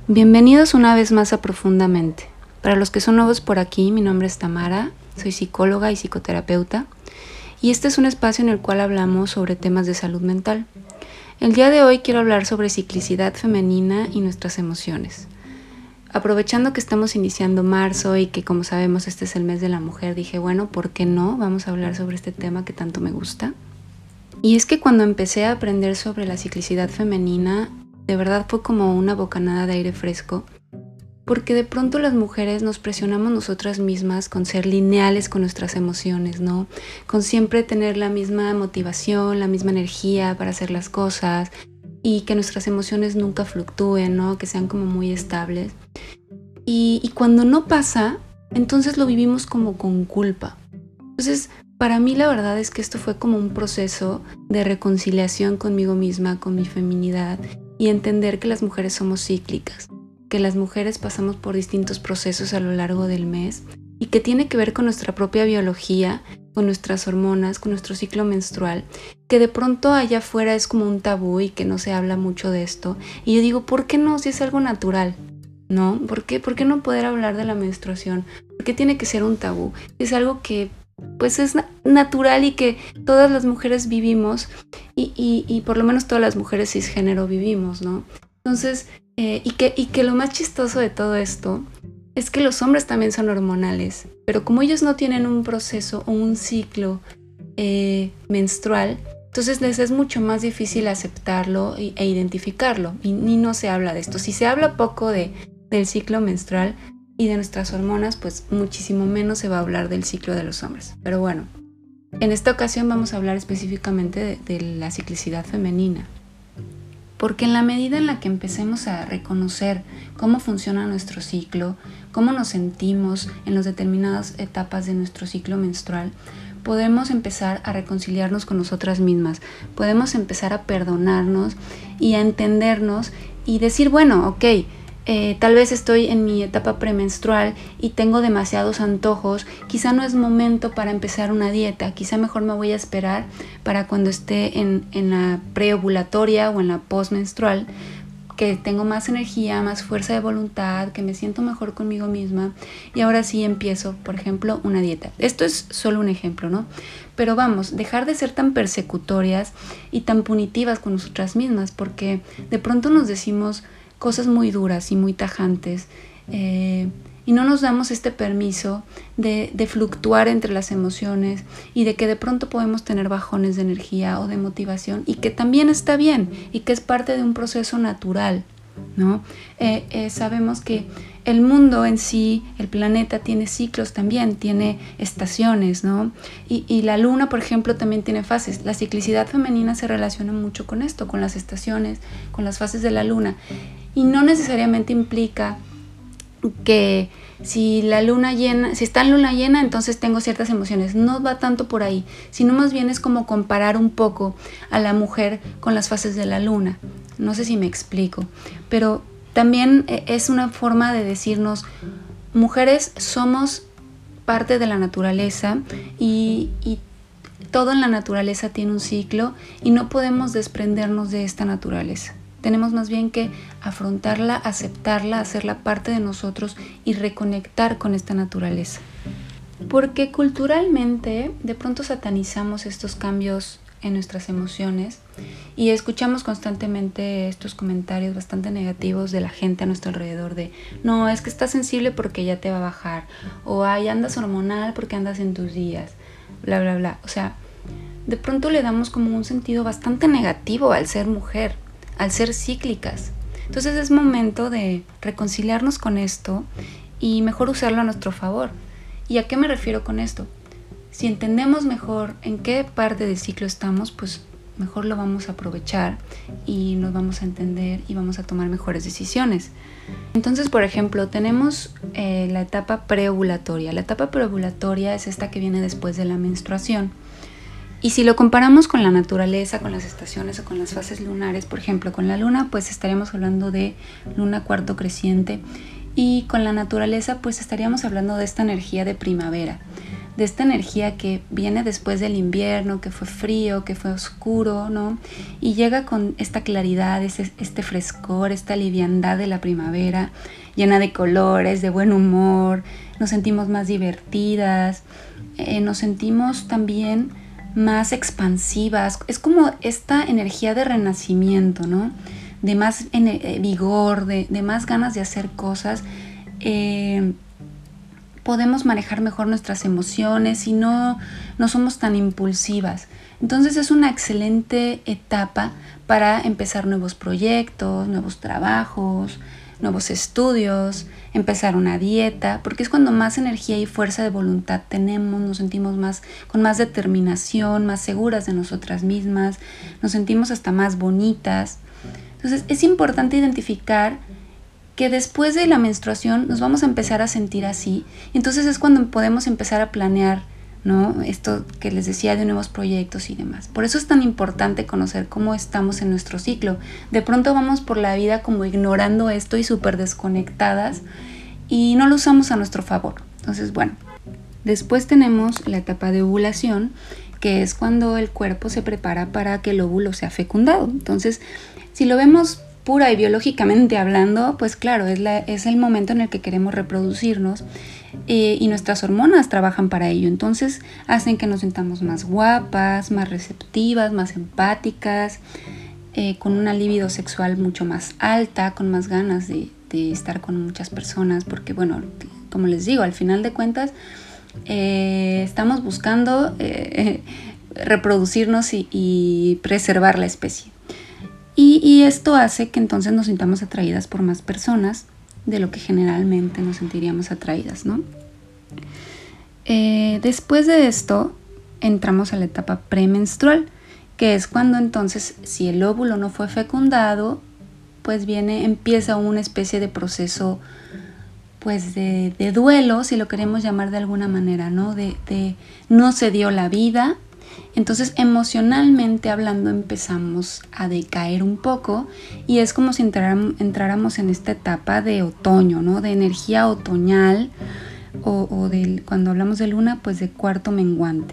Bienvenidos una vez más a Profundamente. Para los que son nuevos por aquí, mi nombre es Tamara, soy psicóloga y psicoterapeuta, y este es un espacio en el cual hablamos sobre temas de salud mental. El día de hoy quiero hablar sobre ciclicidad femenina y nuestras emociones. Aprovechando que estamos iniciando marzo y que, como sabemos, este es el mes de la mujer, dije, bueno, ¿por qué no? Vamos a hablar sobre este tema que tanto me gusta. Y es que cuando empecé a aprender sobre la ciclicidad femenina, de verdad fue como una bocanada de aire fresco, porque de pronto las mujeres nos presionamos nosotras mismas con ser lineales con nuestras emociones, ¿no? Con siempre tener la misma motivación, la misma energía para hacer las cosas y que nuestras emociones nunca fluctúen, ¿no? Que sean como muy estables. Y cuando no pasa, entonces lo vivimos como con culpa. Entonces, para mí la verdad es que esto fue como un proceso de reconciliación conmigo misma, con mi feminidad, y entender que las mujeres somos cíclicas, que las mujeres pasamos por distintos procesos a lo largo del mes y que tiene que ver con nuestra propia biología, con nuestras hormonas, con nuestro ciclo menstrual, que de pronto allá afuera es como un tabú y que no se habla mucho de esto. Y yo digo, ¿por qué no? Si es algo natural, ¿no? ¿Por qué no poder hablar de la menstruación? ¿Por qué tiene que ser un tabú? Es algo que pues es natural y que todas las mujeres vivimos y por lo menos todas las mujeres cisgénero vivimos, ¿no? Entonces, y que lo más chistoso de todo esto es que los hombres también son hormonales, pero como ellos no tienen un proceso o un ciclo menstrual, entonces les es mucho más difícil aceptarlo e identificarlo, y no se habla de esto. Si se habla poco del ciclo menstrual y de nuestras hormonas, pues muchísimo menos se va a hablar del ciclo de los hombres. Pero bueno, en esta ocasión vamos a hablar específicamente de la ciclicidad femenina. Porque en la medida en la que empecemos a reconocer cómo funciona nuestro ciclo, cómo nos sentimos en las determinadas etapas de nuestro ciclo menstrual, podemos empezar a reconciliarnos con nosotras mismas, podemos empezar a perdonarnos y a entendernos y decir, bueno, ok, tal vez estoy en mi etapa premenstrual y tengo demasiados antojos, quizá no es momento para empezar una dieta, quizá mejor me voy a esperar para cuando esté en la preovulatoria o en la postmenstrual, que tengo más energía, más fuerza de voluntad, que me siento mejor conmigo misma y ahora sí empiezo, por ejemplo, una dieta. Esto es solo un ejemplo, ¿no? Pero vamos, dejar de ser tan persecutorias y tan punitivas con nosotras mismas, porque de pronto nos decimos cosas muy duras y muy tajantes y no nos damos este permiso de fluctuar entre las emociones y de que de pronto podemos tener bajones de energía o de motivación y que también está bien y que es parte de un proceso natural, ¿no? Sabemos que el mundo en sí, el planeta tiene ciclos también, tiene estaciones, ¿no? Y la luna, por ejemplo, también tiene fases. La ciclicidad femenina se relaciona mucho con esto, con las estaciones, con las fases de la luna. Y no necesariamente implica que si está en luna llena, entonces tengo ciertas emociones. No va tanto por ahí, sino más bien es como comparar un poco a la mujer con las fases de la luna. No sé si me explico, pero también es una forma de decirnos, mujeres somos parte de la naturaleza y todo en la naturaleza tiene un ciclo y no podemos desprendernos de esta naturaleza. Tenemos más bien que afrontarla, aceptarla, hacerla parte de nosotros y reconectar con esta naturaleza. Porque culturalmente de pronto satanizamos estos cambios en nuestras emociones y escuchamos constantemente estos comentarios bastante negativos de la gente a nuestro alrededor de no, es que estás sensible porque ya te va a bajar, o ay, andas hormonal porque andas en tus días, bla, bla, bla. O sea, de pronto le damos como un sentido bastante negativo al ser mujer, al ser cíclicas. Entonces es momento de reconciliarnos con esto y mejor usarlo a nuestro favor. ¿Y a qué me refiero con esto? Si entendemos mejor en qué parte del ciclo estamos, pues mejor lo vamos a aprovechar y nos vamos a entender y vamos a tomar mejores decisiones. Entonces, por ejemplo, tenemos la etapa preovulatoria. La etapa preovulatoria es esta que viene después de la menstruación. Y si lo comparamos con la naturaleza, con las estaciones o con las fases lunares, por ejemplo, con la luna, pues estaríamos hablando de luna cuarto creciente, y con la naturaleza, pues estaríamos hablando de esta energía de primavera, de esta energía que viene después del invierno, que fue frío, que fue oscuro, ¿no? Y llega con esta claridad, este frescor, esta liviandad de la primavera, llena de colores, de buen humor, nos sentimos más divertidas, nos sentimos también más expansivas. Es como esta energía de renacimiento, ¿no? De más vigor, de más ganas de hacer cosas. Podemos manejar mejor nuestras emociones y no somos tan impulsivas. Entonces es una excelente etapa para empezar nuevos proyectos, nuevos trabajos, nuevos estudios, empezar una dieta, porque es cuando más energía y fuerza de voluntad tenemos, nos sentimos con más determinación, más seguras de nosotras mismas, nos sentimos hasta más bonitas. Entonces es importante identificar que después de la menstruación nos vamos a empezar a sentir así. Entonces es cuando podemos empezar a planear, ¿no? Esto que les decía de nuevos proyectos y demás. Por eso es tan importante conocer cómo estamos en nuestro ciclo. De pronto vamos por la vida como ignorando esto y súper desconectadas y no lo usamos a nuestro favor. Entonces, bueno, después tenemos la etapa de ovulación, que es cuando el cuerpo se prepara para que el óvulo sea fecundado. Entonces, si lo vemos pura y biológicamente hablando, pues claro, es el momento en el que queremos reproducirnos y nuestras hormonas trabajan para ello. Entonces hacen que nos sintamos más guapas, más receptivas, más empáticas, con una libido sexual mucho más alta, con más ganas de estar con muchas personas, porque bueno, como les digo, al final de cuentas estamos buscando reproducirnos y preservar la especie. Y esto hace que entonces nos sintamos atraídas por más personas de lo que generalmente nos sentiríamos atraídas, ¿no? Después de esto entramos a la etapa premenstrual, que es cuando entonces, si el óvulo no fue fecundado, pues empieza una especie de proceso pues de duelo, si lo queremos llamar de alguna manera, ¿no? De no se dio la vida. Entonces emocionalmente hablando empezamos a decaer un poco y es como si entráramos en esta etapa de otoño, ¿no? De energía otoñal o cuando hablamos de luna, pues de cuarto menguante.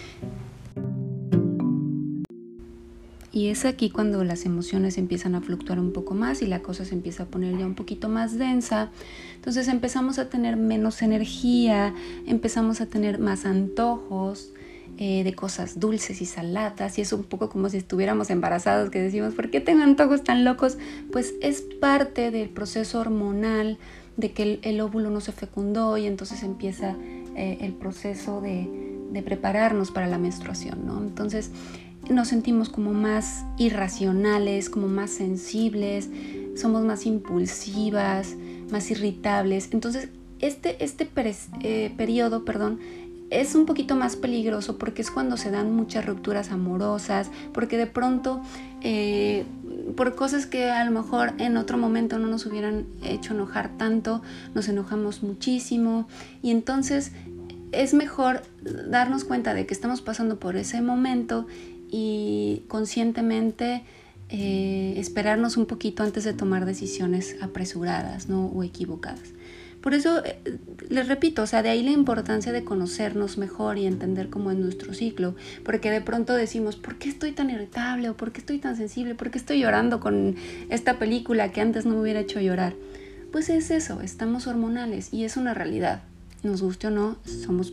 Y es aquí cuando las emociones empiezan a fluctuar un poco más y la cosa se empieza a poner ya un poquito más densa. Entonces empezamos a tener menos energía, empezamos a tener más antojos de cosas dulces y saladas, y es un poco como si estuviéramos embarazados, que decimos, ¿por qué tengo antojos tan locos? Pues es parte del proceso hormonal de que el óvulo no se fecundó y entonces empieza el proceso de prepararnos para la menstruación, ¿no? Entonces nos sentimos como más irracionales, como más sensibles, somos más impulsivas, más irritables. Entonces este periodo, es un poquito más peligroso porque es cuando se dan muchas rupturas amorosas, porque de pronto por cosas que a lo mejor en otro momento no nos hubieran hecho enojar tanto, nos enojamos muchísimo y entonces es mejor darnos cuenta de que estamos pasando por ese momento y conscientemente esperarnos un poquito antes de tomar decisiones apresuradas, ¿no? O equivocadas. Por eso les repito, de ahí la importancia de conocernos mejor y entender cómo es nuestro ciclo, porque de pronto decimos, ¿por qué estoy tan irritable? ¿O por qué estoy tan sensible? ¿Por qué estoy llorando con esta película que antes no me hubiera hecho llorar? Pues es eso, estamos hormonales y es una realidad. Nos guste o no, somos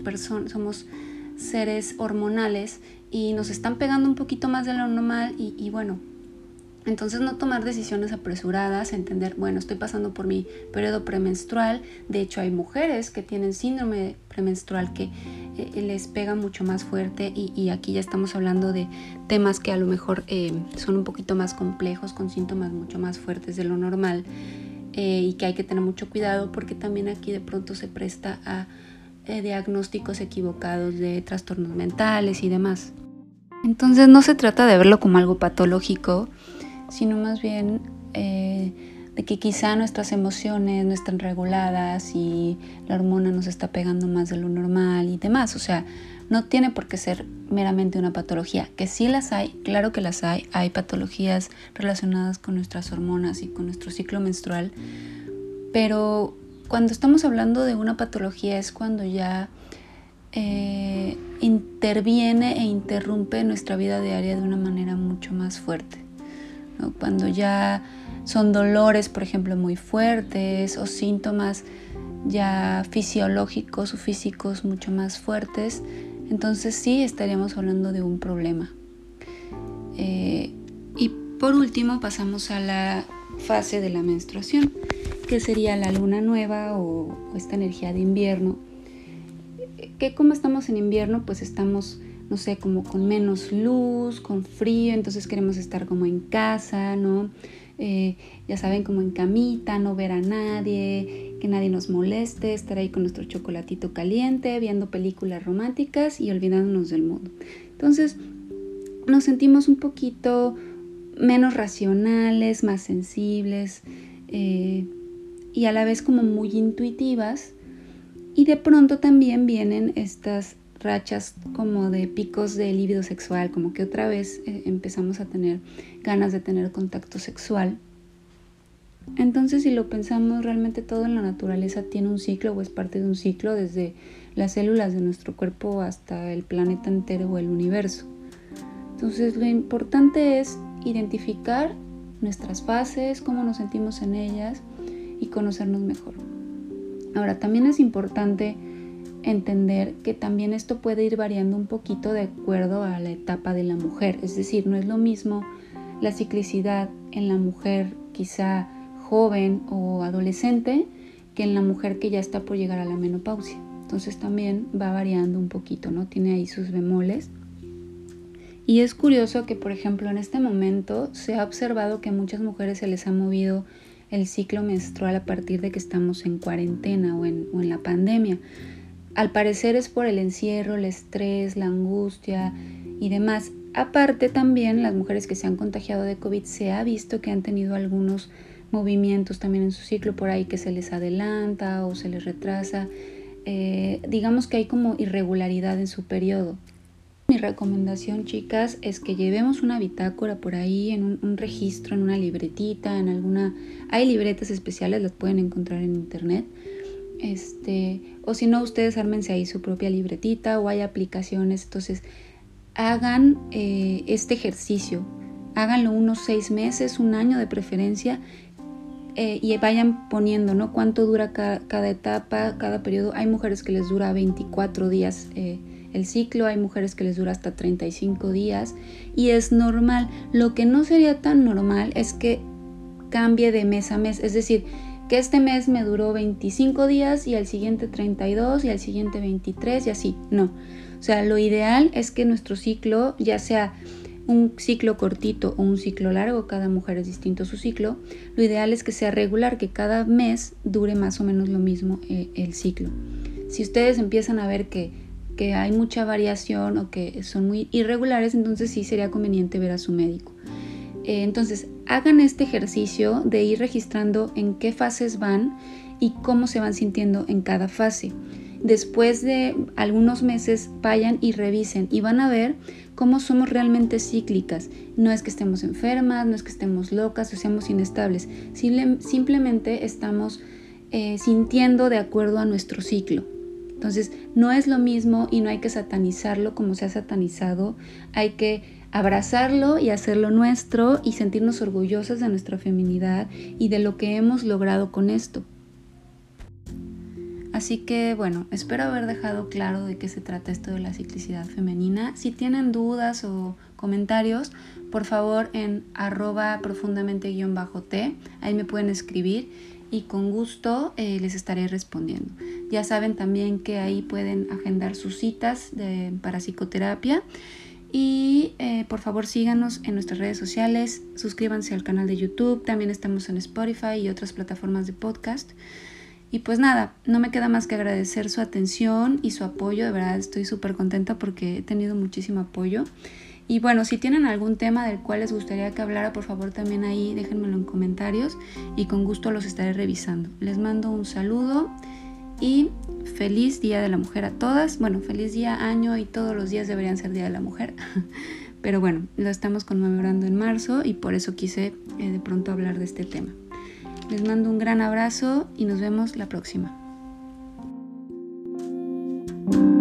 seres hormonales y nos están pegando un poquito más de lo normal y bueno, entonces no tomar decisiones apresuradas, entender, bueno, estoy pasando por mi periodo premenstrual. De hecho hay mujeres que tienen síndrome premenstrual que les pega mucho más fuerte y aquí ya estamos hablando de temas que a lo mejor son un poquito más complejos, con síntomas mucho más fuertes de lo normal y que hay que tener mucho cuidado porque también aquí de pronto se presta a diagnósticos equivocados de trastornos mentales y demás. Entonces no se trata de verlo como algo patológico, sino más bien de que quizá nuestras emociones no están reguladas y la hormona nos está pegando más de lo normal y demás. O sea, no tiene por qué ser meramente una patología, que sí las hay, claro que las hay patologías relacionadas con nuestras hormonas y con nuestro ciclo menstrual, pero cuando estamos hablando de una patología es cuando ya interviene e interrumpe nuestra vida diaria de una manera mucho más fuerte, ¿no? Cuando ya son dolores, por ejemplo, muy fuertes o síntomas ya fisiológicos o físicos mucho más fuertes, entonces sí estaríamos hablando de un problema. Y por último pasamos a la fase de la menstruación, que sería la luna nueva o esta energía de invierno, que como estamos en invierno, pues estamos, no sé, como con menos luz, con frío, entonces queremos estar como en casa, ¿no? Ya saben, como en camita, no ver a nadie, que nadie nos moleste, estar ahí con nuestro chocolatito caliente, viendo películas románticas y olvidándonos del mundo. Entonces nos sentimos un poquito menos racionales, más sensibles y a la vez como muy intuitivas, y de pronto también vienen estas rachas como de picos de libido sexual, como que otra vez empezamos a tener ganas de tener contacto sexual. Entonces, si lo pensamos, realmente todo en la naturaleza tiene un ciclo o es parte de un ciclo, desde las células de nuestro cuerpo hasta el planeta entero o el universo. Entonces, lo importante es identificar nuestras fases, cómo nos sentimos en ellas y conocernos mejor. Ahora, también es importante entender que también esto puede ir variando un poquito de acuerdo a la etapa de la mujer. Es decir, no es lo mismo la ciclicidad en la mujer quizá joven o adolescente que en la mujer que ya está por llegar a la menopausia. Entonces también va variando un poquito, ¿no? Tiene ahí sus bemoles. Y es curioso que, por ejemplo, en este momento se ha observado que a muchas mujeres se les ha movido el ciclo menstrual a partir de que estamos en cuarentena o en la pandemia. Al parecer es por el encierro, el estrés, la angustia y demás. Aparte también las mujeres que se han contagiado de COVID se ha visto que han tenido algunos movimientos también en su ciclo por ahí, que se les adelanta o se les retrasa. Digamos que hay como irregularidad en su periodo. Mi recomendación, chicas, es que llevemos una bitácora por ahí, en un registro, en una libretita, en alguna... Hay libretas especiales, las pueden encontrar en internet. O si no, ustedes ármense ahí su propia libretita, o hay aplicaciones. Entonces, hagan este ejercicio. Háganlo unos 6 meses, 1 año de preferencia, y vayan poniendo, ¿no? Cuánto dura cada etapa, cada periodo. Hay mujeres que les dura 24 días el ciclo, hay mujeres que les dura hasta 35 días y es normal. Lo que no sería tan normal es que cambie de mes a mes, es decir, que este mes me duró 25 días y al siguiente 32 y al siguiente 23 y así, no. O sea, lo ideal es que nuestro ciclo, ya sea un ciclo cortito o un ciclo largo, cada mujer es distinto su ciclo, lo ideal es que sea regular, que cada mes dure más o menos lo mismo el ciclo. Si ustedes empiezan a ver que hay mucha variación o que son muy irregulares, entonces sí sería conveniente ver a su médico. Entonces, hagan este ejercicio de ir registrando en qué fases van y cómo se van sintiendo en cada fase. Después de algunos meses, vayan y revisen y van a ver cómo somos realmente cíclicas. No es que estemos enfermas, no es que estemos locas o seamos inestables. Simplemente estamos sintiendo de acuerdo a nuestro ciclo. Entonces, no es lo mismo y no hay que satanizarlo como se ha satanizado. Hay que abrazarlo y hacerlo nuestro y sentirnos orgullosas de nuestra feminidad y de lo que hemos logrado con esto. Así que bueno, espero haber dejado claro de qué se trata esto de la ciclicidad femenina. Si tienen dudas o comentarios, por favor en @profundamente_t, ahí me pueden escribir y con gusto les estaré respondiendo. Ya saben también que ahí pueden agendar sus citas para psicoterapia. Y por favor síganos en nuestras redes sociales, suscríbanse al canal de YouTube, también estamos en Spotify y otras plataformas de podcast. Y pues nada, no me queda más que agradecer su atención y su apoyo, de verdad estoy súper contenta porque he tenido muchísimo apoyo. Y bueno, si tienen algún tema del cual les gustaría que hablara, por favor también ahí déjenmelo en comentarios y con gusto los estaré revisando. Les mando un saludo y feliz Día de la Mujer a todas. Bueno, feliz día, año y todos los días deberían ser Día de la Mujer. Pero bueno, lo estamos conmemorando en marzo y por eso quise de pronto hablar de este tema. Les mando un gran abrazo y nos vemos la próxima.